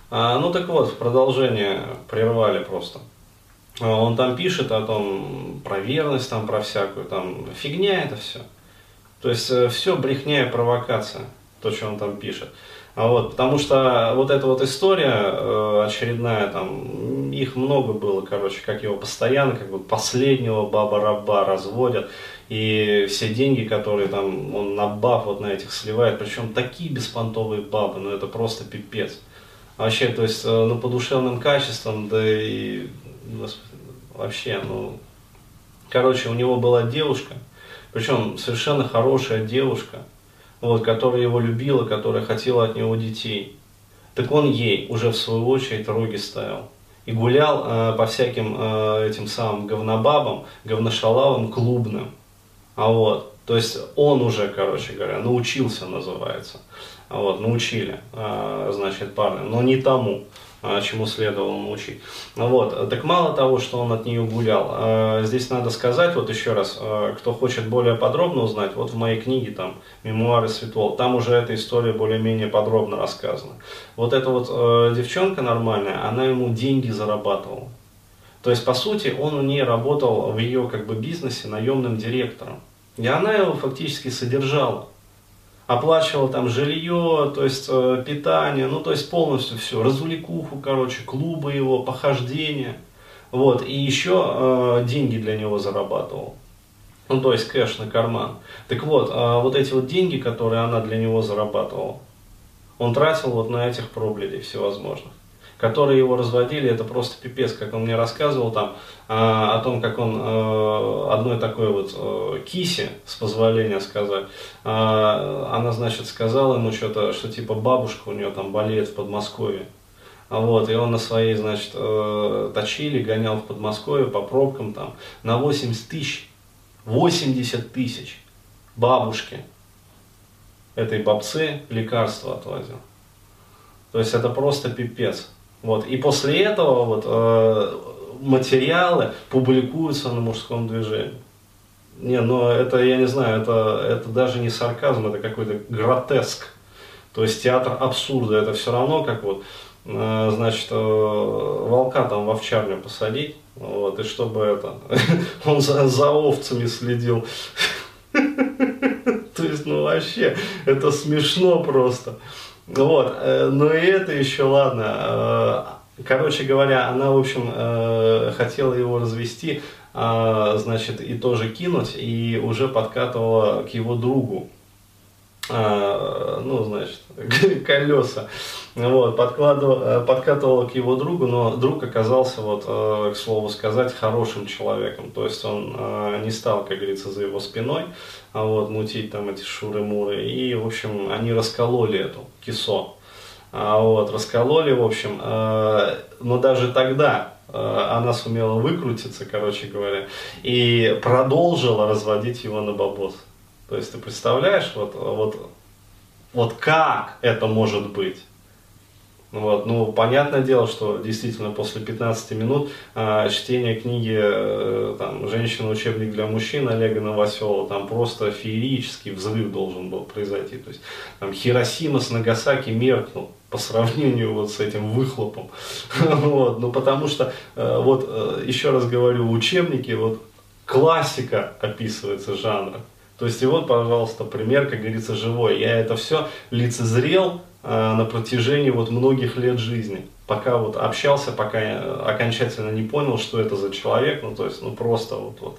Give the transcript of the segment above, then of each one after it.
Ну так вот, в продолжение прервали просто. Он там пишет о том, про верность, там, про всякую, там, фигня это все. То есть все брехня и провокация, то, что он там пишет. Вот, потому что вот эта вот история очередная, там, их много было, короче, как его постоянно, как бы последнего баба-раба разводят. И все деньги, которые там он на баб вот на этих сливает, причем такие беспонтовые бабы, ну это просто пипец. Вообще, то есть, ну, по душевным качествам, да и, господи, вообще, ну, короче, у него была девушка, причем совершенно хорошая девушка, вот, которая его любила, которая хотела от него детей. Так он ей уже в свою очередь роги ставил. И гулял по всяким этим самым говнобабам, говношалавам клубным. Вот. То есть он уже, короче говоря, научился, называется. Вот, научили, значит, парня, но не тому, чему следовало научить. Вот. Так мало того, что он от нее гулял, здесь надо сказать, вот еще раз, кто хочет более подробно узнать, вот в моей книге там «Мемуары Светлова», там уже эта история более-менее подробно рассказана. Вот эта вот девчонка нормальная, она ему деньги зарабатывала. То есть, по сути, он у нее работал в ее как бы бизнесе наемным директором. И она его фактически содержала. Оплачивала там жилье, то есть питание, ну то есть полностью все, развлекуху, короче, клубы его, похождения. Вот, и еще деньги для него зарабатывал. Ну то есть кэш на карман. Так вот, вот эти вот деньги, которые она для него зарабатывала, он тратил вот на этих пробледей всевозможных, которые его разводили, это просто пипец, как он мне рассказывал там о том, как он одной такой вот кисе, с позволения сказать, она, значит, сказала ему что-то, что типа бабушка у нее там болеет в Подмосковье. Вот, и он на своей, значит, точили, гонял в Подмосковье по пробкам там на 80 тысяч бабушке этой бабцы лекарства отвозил. То есть это просто пипец. Вот. И после этого вот, материалы публикуются на мужском движении. Не, ну это, я не знаю, это даже не сарказм, это какой-то гротеск. То есть театр абсурда. Это все равно, как вот, значит, волка там в овчарню посадить, вот, и чтобы это, он за овцами следил. То есть, ну вообще, это смешно просто. Вот, но и это еще ладно. Короче говоря, она, в общем, хотела его развести, значит, и тоже кинуть, и уже подкатывала к его другу. Ну, значит, колеса. Вот, подкатывала к его другу, но друг оказался, вот, к слову сказать, хорошим человеком. То есть он не стал, как говорится, за его спиной, вот, мутить там эти шуры-муры. И, в общем, они раскололи эту кисо. Вот, раскололи, в общем, но даже тогда она сумела выкрутиться, короче говоря, и продолжила разводить его на бабос. То есть ты представляешь, вот как это может быть? Вот, ну, понятное дело, что действительно после 15 минут чтения книги там, «Женщина. Учебник для мужчин» Олега Новоселова, там просто феерический взрыв должен был произойти. То есть там Хиросима с Нагасаки меркнул по сравнению вот с этим выхлопом. Вот, ну, потому что, вот, еще раз говорю, в учебнике вот классика описывается жанра. То есть и вот, пожалуйста, пример, как говорится, живой. Я это все лицезрел на протяжении вот многих лет жизни. Пока вот общался, пока я окончательно не понял, что это за человек, ну то есть, ну просто вот.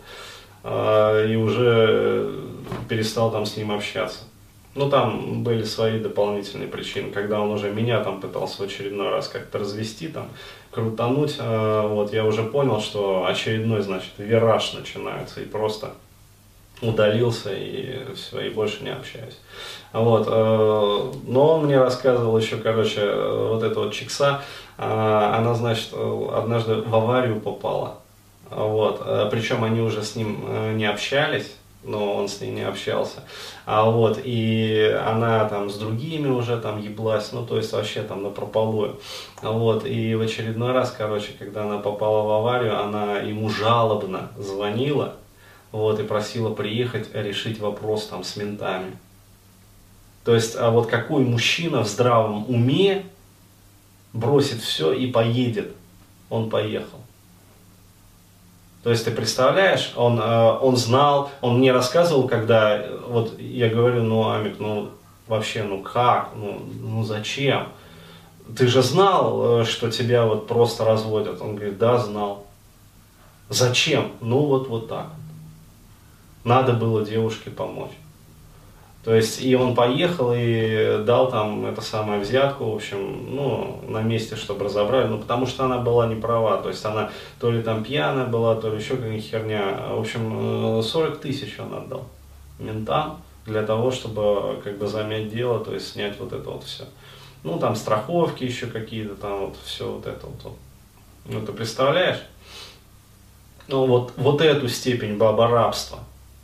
И уже перестал там с ним общаться. Ну там были свои дополнительные причины, когда он уже меня там пытался в очередной раз как-то развести, там, крутануть, вот я уже понял, что очередной, значит, вираж начинается и просто удалился и все, и больше не общаюсь. Вот, но он мне рассказывал еще, короче, вот эта вот чикса, она, значит, однажды в аварию попала, вот, причем они уже с ним не общались, но он с ней не общался, вот, и она там с другими уже там еблась, ну, то есть вообще там напропалую, вот, и в очередной раз, короче, когда она попала в аварию, она ему жалобно звонила, вот, и просила приехать решить вопрос там с ментами. То есть, а вот какой мужчина в здравом уме бросит все и поедет. Он поехал. То есть ты представляешь, он знал, он мне рассказывал, когда, вот я говорю, ну, Амик, ну, вообще, ну как, ну зачем? Ты же знал, что тебя вот просто разводят. Он говорит, да, знал. Зачем? Ну, вот так. Надо было девушке помочь. То есть, и он поехал и дал там это самое взятку, в общем, ну, на месте, чтобы разобрали, ну, потому что она была не права, то есть, она то ли там пьяная была, то ли еще какая-нибудь херня, в общем, 40 тысяч он отдал ментам для того, чтобы, как бы, замять дело, то есть, снять вот это вот все. Ну, там, страховки еще какие-то, там, вот, все вот это вот. Ну, ты представляешь? Ну, вот эту степень баборабства.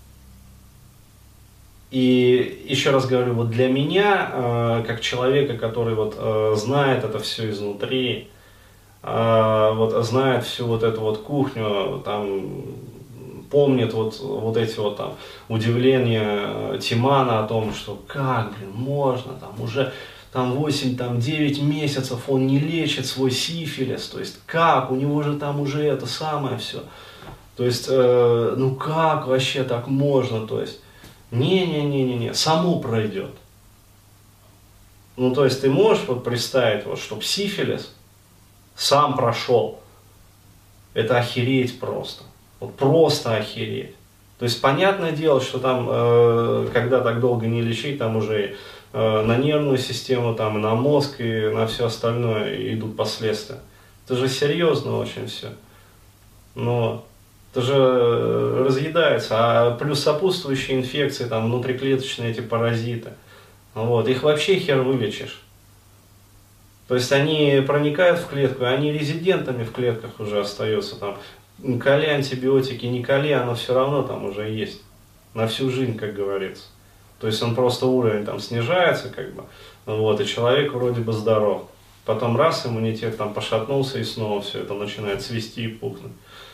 И еще раз говорю, вот для меня, как человека, который вот знает это все изнутри, вот знает всю вот эту вот кухню, там, помнит вот эти вот там удивления Тимана о том, что как, блин, можно, там уже там 8-9 месяцев он не лечит свой сифилис, то есть как, у него же там уже это самое все, то есть, ну как вообще так можно, то есть, не, само пройдет. Ну, то есть ты можешь вот представить, вот, чтобы сифилис сам прошел. Это охереть просто. Вот просто охереть. То есть понятное дело, что там, когда так долго не лечить, там уже на нервную систему, там и на мозг, и на все остальное идут последствия. Это же серьезно очень все. Но это же разъедается, а плюс сопутствующие инфекции, там внутриклеточные эти паразиты, вот, их вообще хер вылечишь. То есть они проникают в клетку, и они резидентами в клетках уже остаются, там, коли антибиотики, не коли, оно все равно там уже есть, на всю жизнь, как говорится. То есть он просто уровень там снижается, как бы, вот, и человек вроде бы здоров. Потом раз, иммунитет там пошатнулся, и снова все это начинает свести и пухнуть.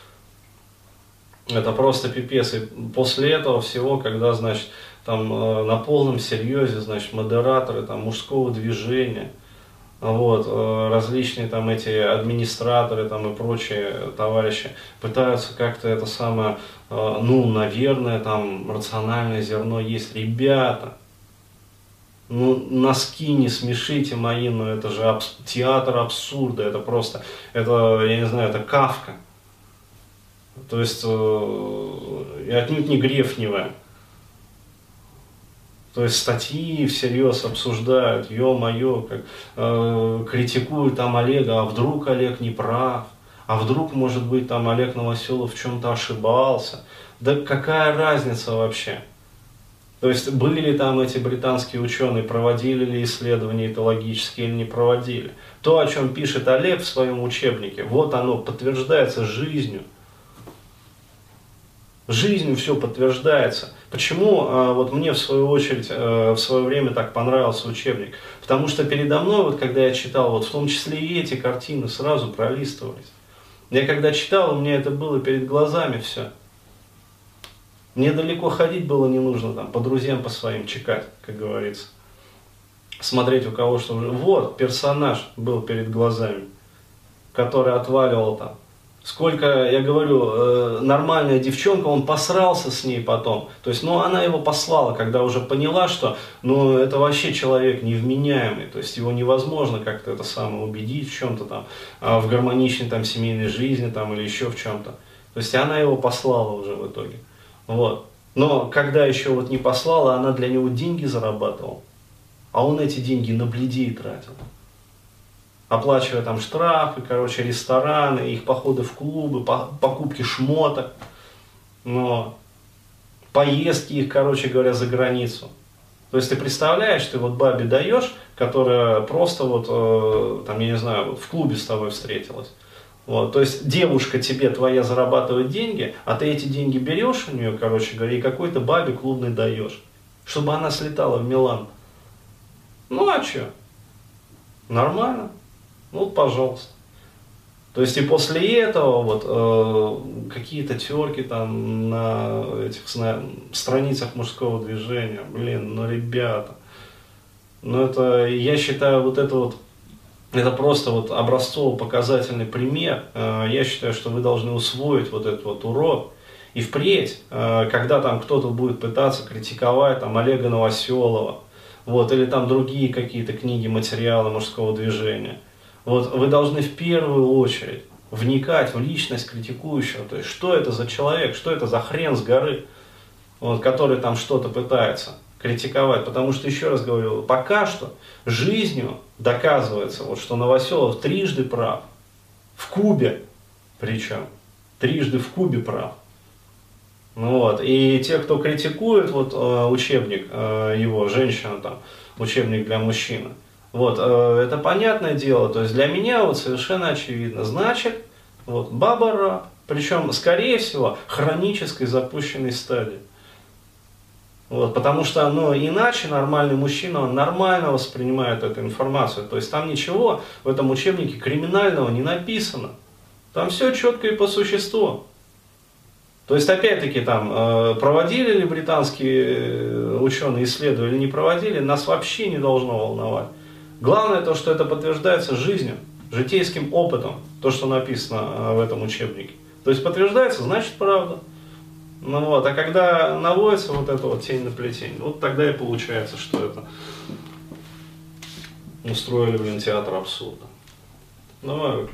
Это просто пипец. И после этого всего, когда, значит, там на полном серьезе, значит, модераторы там мужского движения, вот, различные там эти администраторы там и прочие товарищи пытаются как-то это самое, ну, наверное, там рациональное зерно есть. Ребята, ну, носки не смешите мои, но это же театр абсурда, это просто, это, я не знаю, это Кафка. То есть, и отнюдь не Грефнева. То есть статьи всерьез обсуждают, ё-моё, как критикуют там Олега, а вдруг Олег не прав, а вдруг, может быть, там Олег Новоселов в чем-то ошибался. Да какая разница вообще? То есть были ли там эти британские ученые, проводили ли исследования этологические или не проводили. То, о чем пишет Олег в своем учебнике, вот оно подтверждается жизнью. Жизнью все подтверждается. Почему вот мне в свою очередь в свое время так понравился учебник? Потому что передо мной, вот когда я читал, вот в том числе и эти картины сразу пролистывались. Я когда читал, у меня это было перед глазами все. Мне далеко ходить было не нужно, там, по друзьям по своим чекать, как говорится. Смотреть у кого что уже. Вот персонаж был перед глазами, который отваливал там. Сколько, я говорю, нормальная девчонка, он посрался с ней потом. То есть, ну, она его послала, когда уже поняла, что, ну, это вообще человек невменяемый. То есть, его невозможно как-то это самое убедить в чем-то там, в гармоничной там семейной жизни там или еще в чем-то. То есть, она его послала уже в итоге. Вот. Но когда еще вот не послала, она для него деньги зарабатывала. А он эти деньги на бледей тратил. Оплачивая там штрафы, короче, рестораны, их походы в клубы, покупки шмоток, но поездки их, короче говоря, за границу. То есть ты представляешь, ты вот бабе даешь, которая просто вот, там, я не знаю, вот в клубе с тобой встретилась. Вот, то есть девушка тебе твоя зарабатывает деньги, а ты эти деньги берешь у нее, короче говоря, и какой-то бабе клубной даешь, чтобы она слетала в Милан. Ну а что? Нормально. Ну, пожалуйста. То есть и после этого вот какие-то терки там на этих страницах мужского движения, блин, ну ребята, ну это, я считаю, вот это вот это просто вот образцово-показательный пример. Я считаю, что вы должны усвоить вот этот вот урок. И впредь, когда там кто-то будет пытаться критиковать там Олега Новоселова, вот, или там другие какие-то книги, материалы мужского движения, вот, вы должны в первую очередь вникать в личность критикующего. То есть, что это за человек, что это за хрен с горы, вот, который там что-то пытается критиковать. Потому что, еще раз говорю, пока что жизнью доказывается, вот, что Новоселов трижды прав. В кубе причем. Трижды в кубе прав. Ну вот, и те, кто критикует вот, учебник его, женщина там, учебник для мужчины, вот, это понятное дело, то есть для меня вот совершенно очевидно, значит, вот, баба раб, причем, скорее всего, хронической запущенной стадии. Вот, потому что, ну, иначе нормальный мужчина, он нормально воспринимает эту информацию, то есть там ничего в этом учебнике криминального не написано, там все четко и по существу. То есть, опять-таки, там, проводили ли британские ученые исследования или не проводили, нас вообще не должно волновать. Главное то, что это подтверждается жизнью, житейским опытом, то, что написано в этом учебнике. То есть, подтверждается, значит, правда. Ну вот, а когда наводится вот эта вот тень на плетень, вот тогда и получается, что это устроили, блин, театр абсурда. Давай.